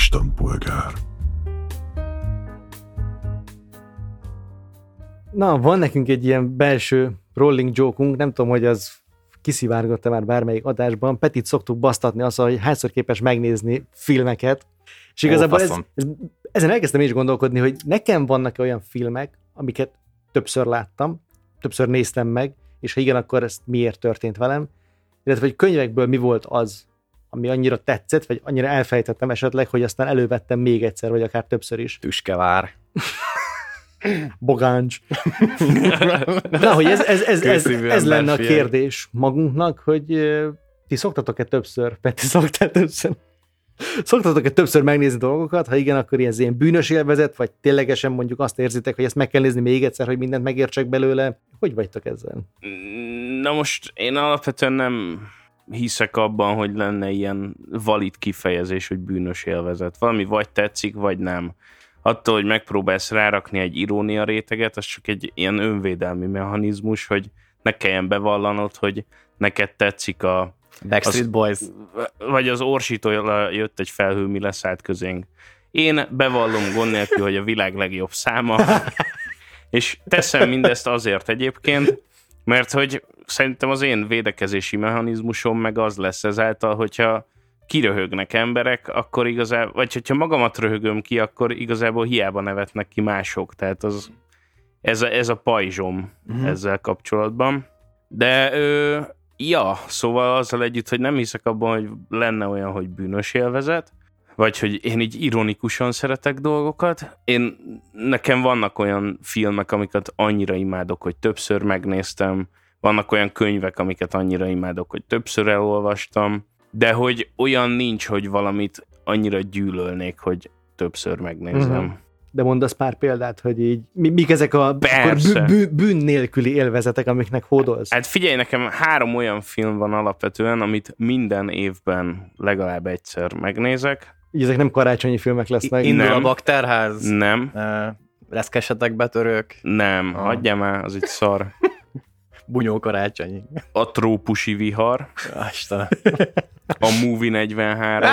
istenpolgár. Na, van nekünk egy ilyen belső rolling joke-unk, nem tudom, hogy az kiszivárgott-e már bármelyik adásban. Petit szoktuk basztatni azt, hogy hányszor képes megnézni filmeket, és igazából ezen elkezdtem is gondolkodni, hogy nekem vannak olyan filmek, amiket többször láttam, többször néztem meg, és ha igen, akkor ez miért történt velem, illetve hogy könyvekből mi volt az, ami annyira tetszett, vagy annyira elfejtettem esetleg, hogy aztán elővettem még egyszer, vagy akár többször is. Tüskevár. Bogáncs. Na, hogy ez lenne a kérdés magunknak, hogy ti szoktatok-e többször, Peti, szoktál többször? Szoktatok-e többször megnézni dolgokat? Ha igen, akkor ilyen bűnös élvezet, vagy ténylegesen mondjuk azt érzitek, hogy ezt meg kell nézni még egyszer, hogy mindent megértsek belőle? Hogy vagytok ezzel? Na most én alapvetően nem hiszek abban, hogy lenne ilyen valid kifejezés, hogy bűnös élvezet. Valami vagy tetszik, vagy nem. Attól, hogy megpróbálsz rárakni egy irónia réteget, az csak egy ilyen önvédelmi mechanizmus, hogy ne kelljen bevallanod, hogy neked tetszik a Backstreet Boys. Vagy az Orsitól jött egy felhő, mi leszállt közénk. Én bevallom gond nélkül, hogy a világ legjobb száma, és teszem mindezt azért egyébként, mert hogy szerintem az én védekezési mechanizmusom meg az lesz ezáltal, hogyha kiröhögnek emberek, akkor igazából, vagy hogyha magamat röhögöm ki, akkor igazából hiába nevetnek ki mások. Tehát ez a pajzsom ezzel kapcsolatban. De szóval azzal együtt, hogy nem hiszek abban, hogy lenne olyan, hogy bűnös élvezet, vagy hogy én így ironikusan szeretek dolgokat. Nekem vannak olyan filmek, amiket annyira imádok, hogy többször megnéztem, vannak olyan könyvek, amiket annyira imádok, hogy többször elolvastam, de hogy olyan nincs, hogy valamit annyira gyűlölnék, hogy többször megnézem. Uh-huh. De mondasz pár példát, hogy így mik ezek a bűn nélküli élvezetek, amiknek hódolsz? Hát figyelj, nekem 3 olyan film van alapvetően, amit minden évben legalább egyszer megnézek. Így ezek nem karácsonyi filmek lesznek? Indul a bakterház? Nem. Reszkesetek betörők? Nem, hagyjál már, az itt szar. Bunyó karácsonyi. A trópusi vihar. Istenem. A Movie 43.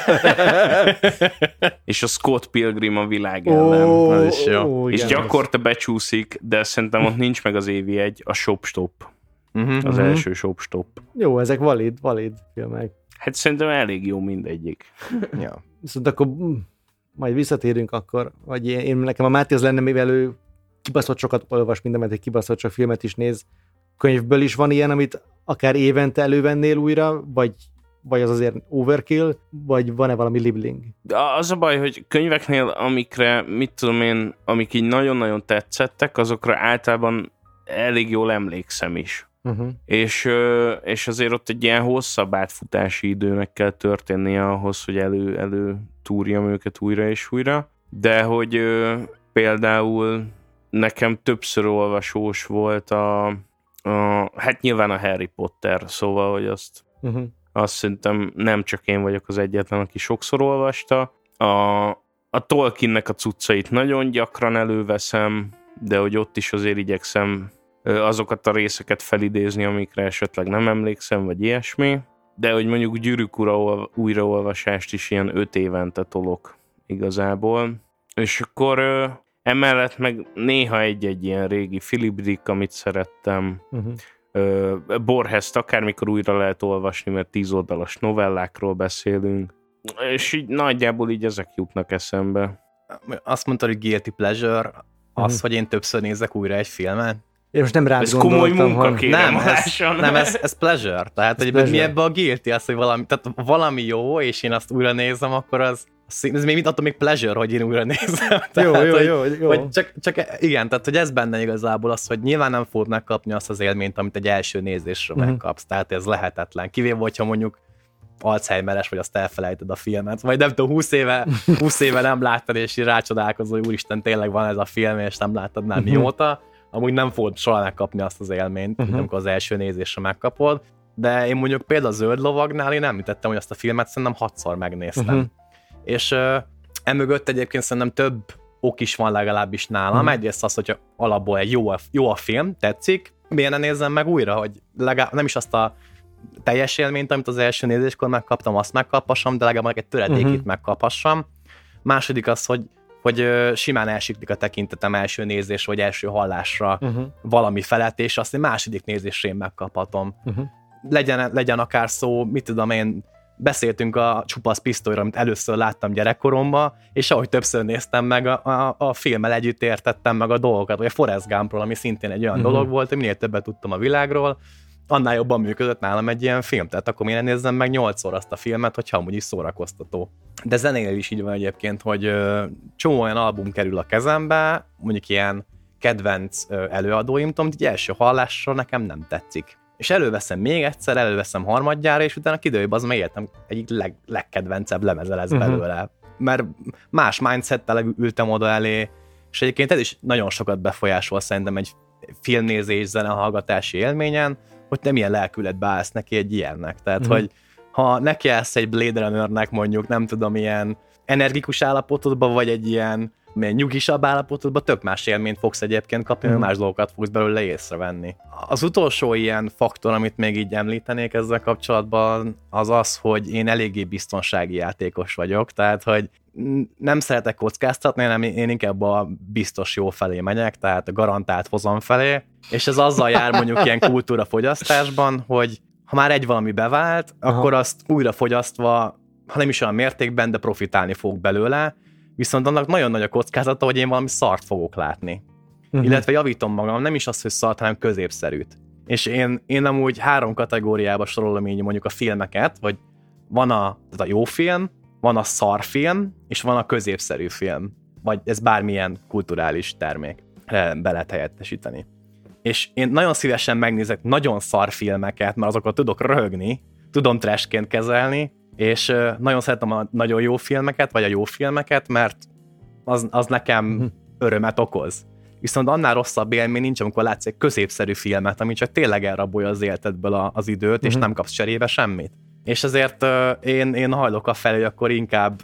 És a Scott Pilgrim a világ ellen. Az is jó. És gyakorta becsúszik, de szerintem ott nincs meg az évi egy, a Shop Stop. Az első Shop Stop. Jó, ezek valid filmek. Hát szerintem elég jó mindegyik. Ja. Viszont akkor majd visszatérünk akkor, vagy nekem a Máté az lenne, mivel ő kibaszott sokat olvas mindenmet, egy kibaszott sok filmet is néz. Könyvből is van ilyen, amit akár évente elővennél újra, vagy az azért overkill, vagy van-e valami libling? De az a baj, hogy könyveknél, amikre, mit tudom én, amik így nagyon-nagyon tetszettek, azokra általában elég jól emlékszem is. Uh-huh. És azért ott egy ilyen hosszabb átfutási időnek kell történnie ahhoz, hogy elő túrjam őket újra és újra. De hogy például nekem többször olvasós volt hát nyilván a Harry Potter, szóval, hogy azt szerintem nem csak én vagyok az egyetlen, aki sokszor olvasta. A Tolkiennek a cuccait nagyon gyakran előveszem, de hogy ott is azért igyekszem azokat a részeket felidézni, amikre esetleg nem emlékszem, vagy ilyesmi. De hogy mondjuk Gyűrűk ura újraolvasást is ilyen 5 évente tolok igazából. És akkor emellett meg néha egy ilyen régi Philip Dick, amit szerettem. Borgest akármikor újra lehet olvasni, mert 10 oldalas novellákról beszélünk. És így nagyjából így ezek jutnak eszembe. Azt mondtad, hogy guilty pleasure, az, hogy én többször nézek újra egy filmet? Én most nem rád ez komoly munka, kérem. Ez pleasure. Tehát, hogy pleasure. Mi ebbe a guilty, az, hogy valami jó, és én azt újra nézem, akkor ez még mint attól még pleasure, hogy én újra nézem. Tehát, jó. Hogy csak igen, tehát hogy ez benne igazából az, hogy nyilván nem fogod megkapni azt az élményt, amit egy első nézésre megkapsz. Tehát ez lehetetlen. Kivéve, hogyha mondjuk Alzheimeres, vagy azt elfelejted a filmet, vagy nem tudom, 20 éve nem láttad, és rácsodálkozol, hogy úristen, tényleg van ez a film, és nem láttad már mióta. Amúgy nem fogod soha megkapni azt az élményt, amikor az első nézésre megkapod. De én mondjuk például a Zöld Lovagnál én említettem, hogy azt a filmet szerintem 6-szor megnéztem. És emögött egyébként szerintem több ok is van legalábbis nálam. Egyrészt az, hogy alapból egy jó a film, tetszik, miért ne nézzem meg újra, hogy legalább nem is azt a teljes élményt, amit az első nézéskor megkaptam, azt megkaphassam, de legalább egy töredékét megkaphassam. Második az, hogy simán elsiklik a tekintetem első nézés, vagy első hallásra valami felett, és azt egy második nézésre én megkaphatom. Legyen akár szó, mit tudom én, beszéltünk a Csupasz pisztolyra, amit először láttam gyerekkoromban, és ahogy többször néztem meg, a filmmel együtt értettem meg a dolgokat, vagy a Forrest Gumpról, ami szintén egy olyan dolog volt, hogy minél többet tudtam a világról, annál jobban működött nálam egy ilyen film. Tehát akkor miért nézzem meg 8-szor azt a filmet, hogyha amúgy is szórakoztató. De zenénél is így van egyébként, hogy csomó olyan album kerül a kezembe, mondjuk ilyen kedvenc előadóim, tudom, hogy első hallásra nekem nem tetszik. És előveszem még egyszer, előveszem harmadjára, és utána kiderül, az életem egyik legkedvencebb lemeze lesz belőle. Mert más mindsettel ültem oda elé, és egyébként ez is nagyon sokat befolyásol szerintem egy filmnézés, zenehallgatási élményen, hogy te milyen lelkületbe állsz neki egy ilyennek. Tehát, hogy ha nekiállsz egy Blade Runnernek mondjuk, nem tudom, ilyen energikus állapotodban, vagy egy ilyen nyugisabb állapotodban, tök más élményt fogsz egyébként kapni, más dolgokat fogsz belőle észrevenni. Az utolsó ilyen faktor, amit még így említenék ezzel kapcsolatban, az az, hogy én eléggé biztonsági játékos vagyok, tehát, hogy nem szeretek kockáztatni, hanem én inkább a biztos jó felé megyek, tehát a garantált hozam felé, és ez azzal jár mondjuk ilyen kultúrafogyasztásban, hogy ha már egy valami bevált, akkor azt újra fogyasztva, ha nem is olyan mértékben, de profitálni fog belőle, viszont annak nagyon nagy a kockázata, hogy én valami szart fogok látni. Illetve javítom magam, nem is az, hogy szart, hanem középszerűt. És én amúgy 3 kategóriába sorolom így mondjuk a filmeket, hogy van a jó film, van a szar film, és van a középszerű film. Vagy ez bármilyen kulturális termék be lehet helyettesíteni. És én nagyon szívesen megnézek nagyon szar filmeket, mert azokat tudok röhögni, tudom trashként kezelni, és nagyon szeretem a nagyon jó filmeket, vagy a jó filmeket, mert az nekem örömet okoz. Viszont annál rosszabb élmény nincs, amikor látsz egy középszerű filmet, ami csak tényleg elrabolja az életedből az időt, és nem kapsz cserébe semmit. És ezért én hajlok a felé, hogy akkor inkább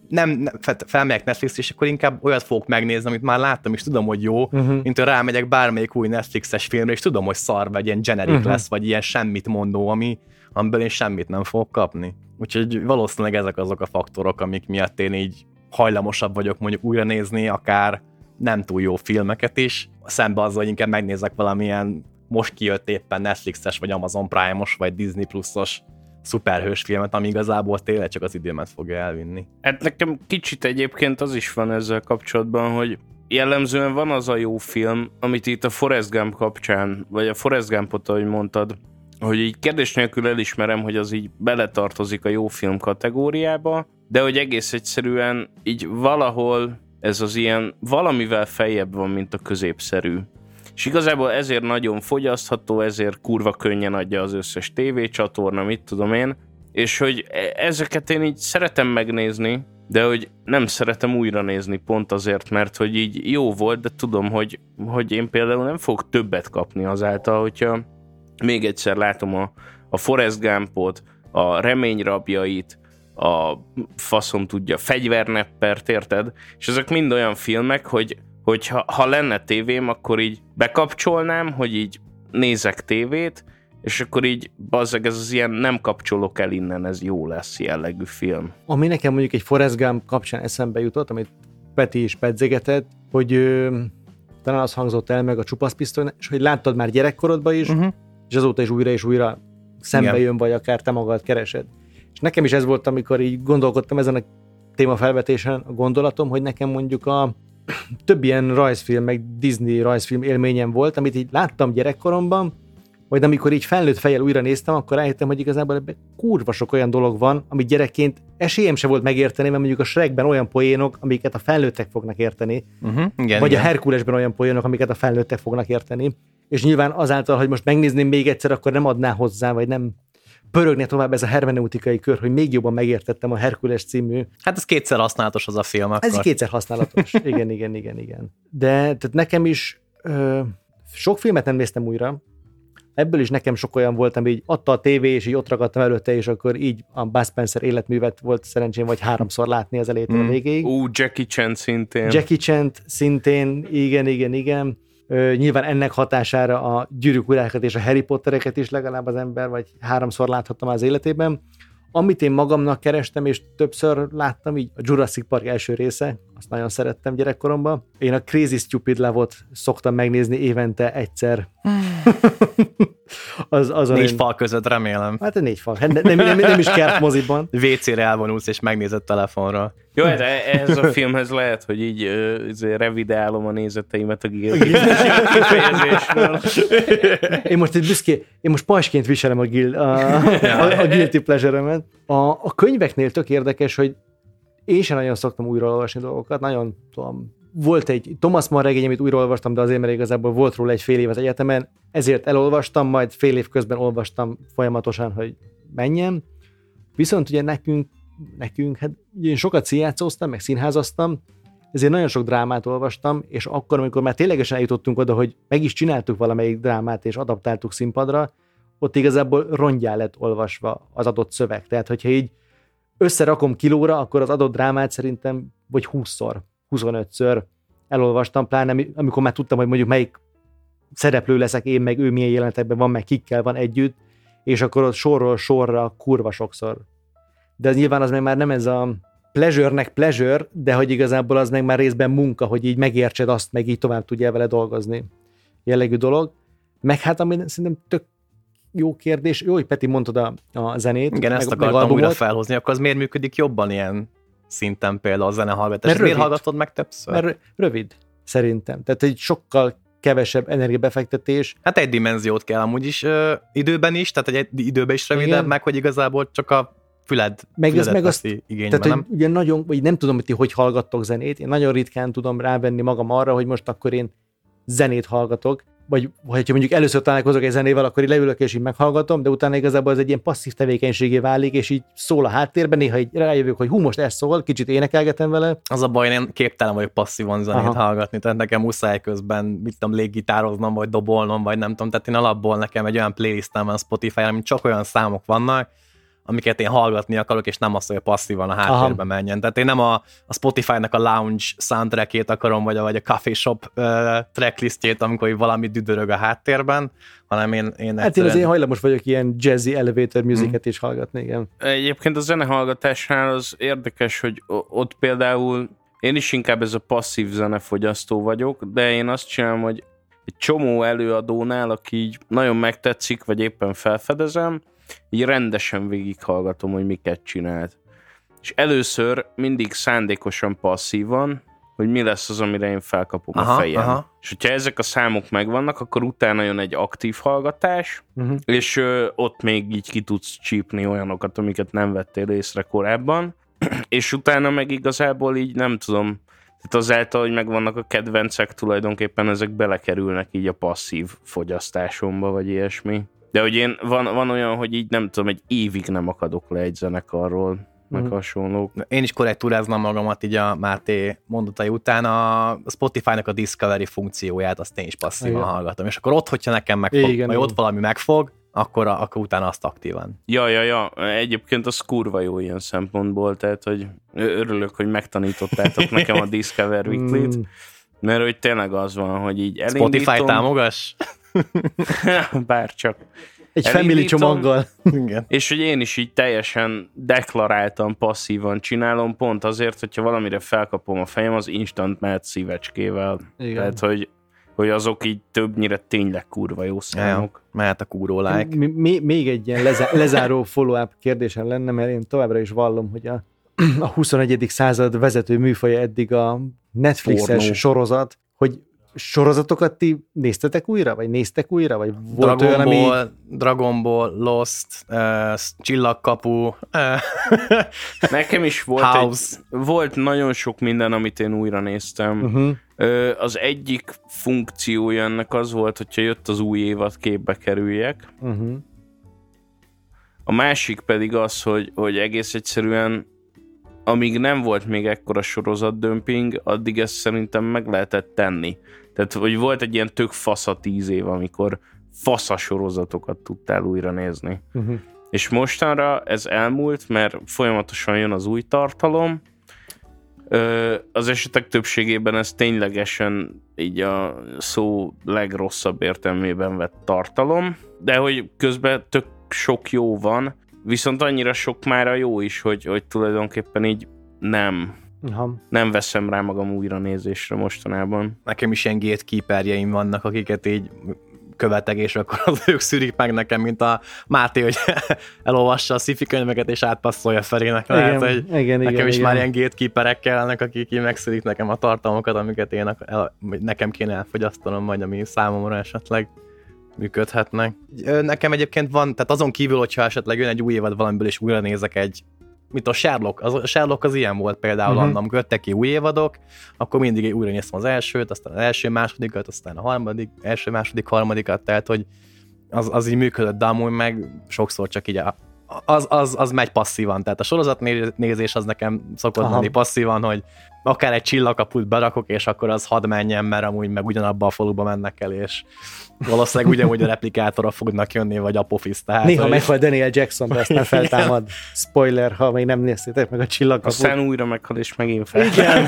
felmegyek Netflixre, és akkor inkább olyat fogok megnézni, amit már láttam, és tudom, hogy jó, mint hogy rámegyek bármelyik új Netflixes filmre, és tudom, hogy szar, vagy ilyen generic lesz, vagy ilyen semmit mondó, amiből én semmit nem fogok kapni. Úgyhogy valószínűleg ezek azok a faktorok, amik miatt én így hajlamosabb vagyok mondjuk újra nézni, akár nem túl jó filmeket is, szembe azzal, hogy inkább megnézek valamilyen most kijött éppen Netflixes, vagy Amazon Prime-os, vagy Disney Plus-os szuperhős filmet, ami igazából tényleg csak az időmet fogja elvinni. Hát nekem kicsit egyébként az is van ezzel kapcsolatban, hogy jellemzően van az a jó film, amit itt a Forrest Gump kapcsán, vagy a Forrest Gumpot, ahogy mondtad, hogy így kérdés nélkül elismerem, hogy az így beletartozik a jó film kategóriába, de hogy egész egyszerűen így valahol ez az ilyen valamivel feljebb van, mint a középszerű. És igazából ezért nagyon fogyasztható, ezért kurva könnyen adja az összes tévécsatorna, mit tudom én, és hogy ezeket én így szeretem megnézni, de hogy nem szeretem újra nézni pont azért, mert hogy így jó volt, de tudom, hogy én például nem fogok többet kapni azáltal, hogyha még egyszer látom a Forrest Gumpot, a Reményrabjait, a faszom tudja, Fegyverneppert, érted? És ezek mind olyan filmek, hogy ha lenne tévém, akkor így bekapcsolnám, hogy így nézek tévét, és akkor így bazzeg, ez az ilyen nem kapcsolok el innen, ez jó lesz jellegű film. Ami nekem mondjuk egy Forrest Gump kapcsán eszembe jutott, amit Peti is pedzegetett, hogy talán az hangzott el meg a Csupaszpisztoly, és hogy láttad már gyerekkorodban is, és azóta is újra szembe jön, vagy akár te magad keresed. És nekem is ez volt, amikor így gondolkodtam ezen a témafelvetésen a gondolatom, hogy nekem mondjuk a több ilyen rajzfilm, meg Disney rajzfilm élményem volt, amit így láttam gyerekkoromban, majd amikor így felnőtt fejjel újra néztem, akkor rájöttem, hogy igazából ebben kurva sok olyan dolog van, amit gyerekként esélyem se volt megérteni, mert mondjuk a Shrekben olyan poénok, amiket a felnőttek fognak érteni, vagy a Herkulesben olyan poénok, amiket a felnőttek fognak érteni. És nyilván azáltal, hogy most megnézném még egyszer, akkor nem adná hozzá, vagy nem pörögne tovább ez a hermeneutikai kör, hogy még jobban megértettem a Herkules című. Hát ez kétszer használatos az a film akkor. Ez kétszer használatos. Igen. De tehát nekem is sok filmet nem néztem újra. Ebből is nekem sok olyan volt, ami így adta a tévé, és így ott ragadtam előtte, és akkor így a Bud Spencer életművet volt szerencsém, vagy 3-szor látni az elejétől a végéig. Jackie Chan szintén. Jackie Chan szintén, igen. Nyilván ennek hatására a Gyűrűk Urákat és a Harry Pottereket is legalább az ember, vagy 3-szor láthattam az életében. Amit én magamnak kerestem, és többször láttam, így a Jurassic Park első része, azt nagyon szerettem gyerekkoromban. Én a Crazy Stupid Love-ot szoktam megnézni évente egyszer. Négy fal között, remélem. Hát 4 fal. Nem is kert moziban. WC-re elvonulsz, és megnézed telefonra. Jó, de ehhez a filmhez lehet, hogy így revidálom a nézeteimet a kifejezésről. Én most egy büszké, én most pajsként viselem a guilty pleasure-emet. A könyveknél tök érdekes, hogy én sem nagyon szoktam újraolvasni dolgokat, nagyon tudom. Volt egy Thomas Mann regény, amit újraolvastam, de azért, mert igazából volt róla egy fél év az egyetemen, ezért elolvastam, majd fél év közben olvastam folyamatosan, hogy menjen. Viszont ugye nekünk, hát ugye én sokat színjátszóztam, meg színházaztam, ezért nagyon sok drámát olvastam, és akkor, amikor már ténylegesen eljutottunk oda, hogy meg is csináltuk valamelyik drámát, és adaptáltuk színpadra, ott igazából rongyá lett olvasva az adott szöveg. Tehát, hogyha így összerakom kilóra, akkor az adott drámát szerintem vagy 20-szor, 25-ször elolvastam, pláne amikor már tudtam, hogy mondjuk melyik szereplő leszek én, meg ő milyen jelenetekben van, meg kikkel van együtt, és akkor ott sorról sorra kurva sokszor. De nyilván az meg már nem ez a pleasure-nek pleasure, de hogy igazából az meg már részben munka, hogy így megértsed azt, meg így tovább tudjál vele dolgozni. Jellegű dolog. Meg hát, ami szerintem tök jó kérdés. Jó, hogy Peti mondtad a zenét. Igen, ezt akartam újra felhozni, akkor az miért működik jobban ilyen szinten például a zenehallgatás? Miért hallgatod meg többször? Mert rövid, szerintem. Tehát egy sokkal kevesebb energiabefektetés. Hát egy dimenziót kell amúgy is időben is, tehát egy időben is rövidebb, igen. Meg hogy igazából csak a füledet veszi igénybe, tehát, nem? Ugye nagyon, vagy nem tudom, hogy ti hogy hallgattok zenét, én nagyon ritkán tudom rávenni magam arra, hogy most akkor én zenét hallgatok, vagy hogyha mondjuk először találkozok egy zenével, akkor így leülök és így meghallgatom, de utána igazából ez egy ilyen passzív tevékenységé válik, és így szól a háttérben, néha így rájövök, hogy most ez szól, kicsit énekelgetem vele. Az a baj, én képtelen vagyok passzívan zenét hallgatni, tehát nekem muszáj közben, mit tudom, léggitároznom, vagy dobolnom, vagy nem tudom, tehát én alapból nekem egy olyan playlistem van Spotify-on, amin csak olyan számok vannak, amiket én hallgatni akarok, és nem azt, hogy passzívan a háttérbe menjen. Tehát én nem a Spotify-nak a lounge soundtrackét akarom, vagy a coffee shop tracklistjét, amikor valami düdörög a háttérben, hanem én egyszerűen... Hát én azért hajlamos vagyok ilyen jazzy elevator music-et is hallgatni, igen. Egyébként a zenehallgatásnál az érdekes, hogy ott például én is inkább ez a passzív zenefogyasztó vagyok, de én azt csinálom, hogy egy csomó előadónál, aki így nagyon megtetszik, vagy éppen felfedezem, így rendesen végighallgatom, hogy miket csinált. És először mindig szándékosan passzívan, hogy mi lesz az, amire én felkapom a fejem. És hogyha ezek a számok megvannak, akkor utána jön egy aktív hallgatás, és ott még így ki tudsz csípni olyanokat, amiket nem vettél észre korábban, és utána meg igazából így nem tudom, tehát azáltal, hogy megvannak a kedvencek, tulajdonképpen ezek belekerülnek így a passzív fogyasztásomba, vagy ilyesmi. De hogy én, van olyan, hogy így nem tudom, egy évig nem akadok le egy zenekarról, meg hasonlók. Én is korrektúráznám magamat így a Máté mondatai után, a Spotify-nak a Discovery funkcióját azt én is passzívan hallgatom. És akkor ott, hogyha nekem megfog, vagy ott valami megfog, akkor utána azt aktívan. Ja. Egyébként az kurva jó ilyen szempontból, tehát hogy örülök, hogy megtanítottátok nekem a Discover Weekly-t, mert hogy tényleg az van, hogy így elindítom... Spotify támogass? Bárcsak. Egy family csomaggal. Igen. És hogy én is így teljesen deklaráltan, passzívan csinálom, pont azért, hogyha valamire felkapom a fejem, az instant mehet szívecskével. Igen. Tehát, hogy azok így többnyire tényleg kurva jó számok. Mehet a kúró like. Még egy ilyen lezáró follow-up kérdésem lenne, mert én továbbra is vallom, hogy a 21. század vezető műfaja eddig a Netflixes sorozat, hogy sorozatokat ti néztetek újra? Vagy néztek újra? Vagy volt Dragon Ball, Lost, Csillagkapu. Nekem is volt nagyon sok minden, amit én újra néztem. Az egyik funkciója ennek az volt, hogyha jött az új évad, képbe kerüljek. A másik pedig az, hogy egész egyszerűen amíg nem volt még ekkora sorozatdömping, addig ezt szerintem meg lehetett tenni. Tehát, hogy volt egy ilyen tök fasza 10 év, amikor fasza sorozatokat tudtál újra nézni. És mostanra ez elmúlt, mert folyamatosan jön az új tartalom. Az esetek többségében ez ténylegesen így a szó legrosszabb értelmében vett tartalom, de hogy közben tök sok jó van, Viszont annyira sok már a jó is, hogy tulajdonképpen így nem veszem rá magam újra nézésre mostanában. Nekem is ilyen gatekeeperjeim vannak, akiket így követek, és akkor az ők szűrik meg nekem, mint a Máté, hogy elolvassa a sci-fi könyveket, és átpasszolja Ferének. Lehet, hogy nekem is már ilyen gatekeeperek kellene, akik így megszűrik nekem a tartalmakat, amiket nekem kéne elfogyasztanom, majd ami számomra esetleg működhetnek. Nekem egyébként van, tehát azon kívül, hogyha esetleg jön egy új évad valamiből, és újra nézek mint a Sherlock. A Sherlock az ilyen volt például, annak jöttek ki új évadok, akkor mindig újra néztem az elsőt, aztán az első, másodikat, aztán a harmadik, első, második, harmadikat, tehát hogy az így működött, de amúgy meg sokszor csak így az megy passzívan, tehát a sorozatnézés az nekem szokott menni passzívan, hogy akár egy Csillagkaput berakok, és akkor az hadd menjen, mert amúgy meg ugyanabba a faluba mennek el, és valószínűleg ugyanúgy a replikátorra fognak jönni, vagy Apophis. Néha meghal Daniel Jackson, de aztán feltámad. Spoiler, ha még nem néztétek meg a Csillagkaput. Aztán újra meghal, és megint fel. Igen.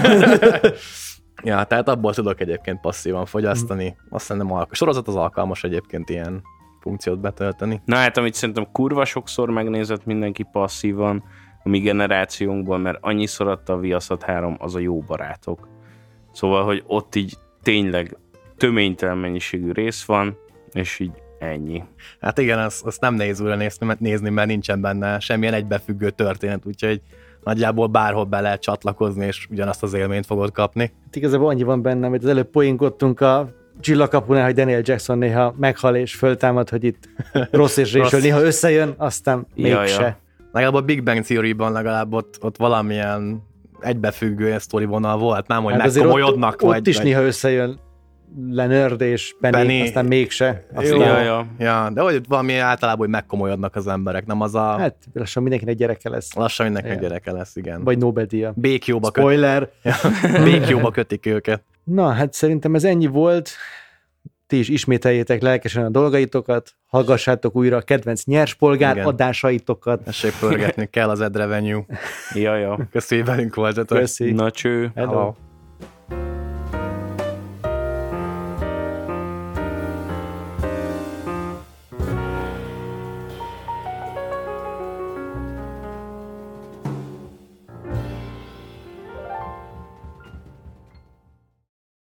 Ja, tehát abból tudok egyébként passzívan fogyasztani. Aztán nem sorozat az alkalmas egyébként ilyen funkciót betölteni. Na hát, amit szerintem kurva sokszor megnézett mindenki passzívan a mi generációnkból, mert annyiszor adta a Viaszat 3, az a Jó barátok. Szóval, hogy ott így tényleg töménytelen mennyiségű rész van, és így ennyi. Hát igen, azt nem nehéz újra nézni, mert nincsen benne semmilyen egybefüggő történet, úgyhogy nagyjából bárhol be lehet csatlakozni, és ugyanazt az élményt fogod kapni. Hát igazából annyi van benne, hogy az előbb poénkodtunk a Csillagkapunál, hogy Daniel Jackson néha meghal és föltámad, hogy itt rossz és résről néha összejön, aztán mégse. Ja. Legalább a Big Bang Theory-ban legalább ott valamilyen egybefüggő sztorivonal volt, nem, hogy hát megkomolyodnak. Ott is néha összejön Leonard és Penny, aztán mégse. Ja, de hogy valami általában, hogy megkomolyodnak az emberek, nem az a... Hát lassan mindenkinek gyereke lesz. Lassan mindenkinek gyereke lesz, igen. Vagy Nobel-díja. Békjóba Spoiler! Békjóba kötik őket. Na, hát szerintem ez ennyi volt. Ti is ismételjétek lelkesen a dolgaitokat, hallgassátok újra a kedvenc nyerspolgár adásaitokat. Tessék pörgetni kell az ad revenue. Ja. Köszönjük, velünk voltatok. Köszi. Na cső. Hello.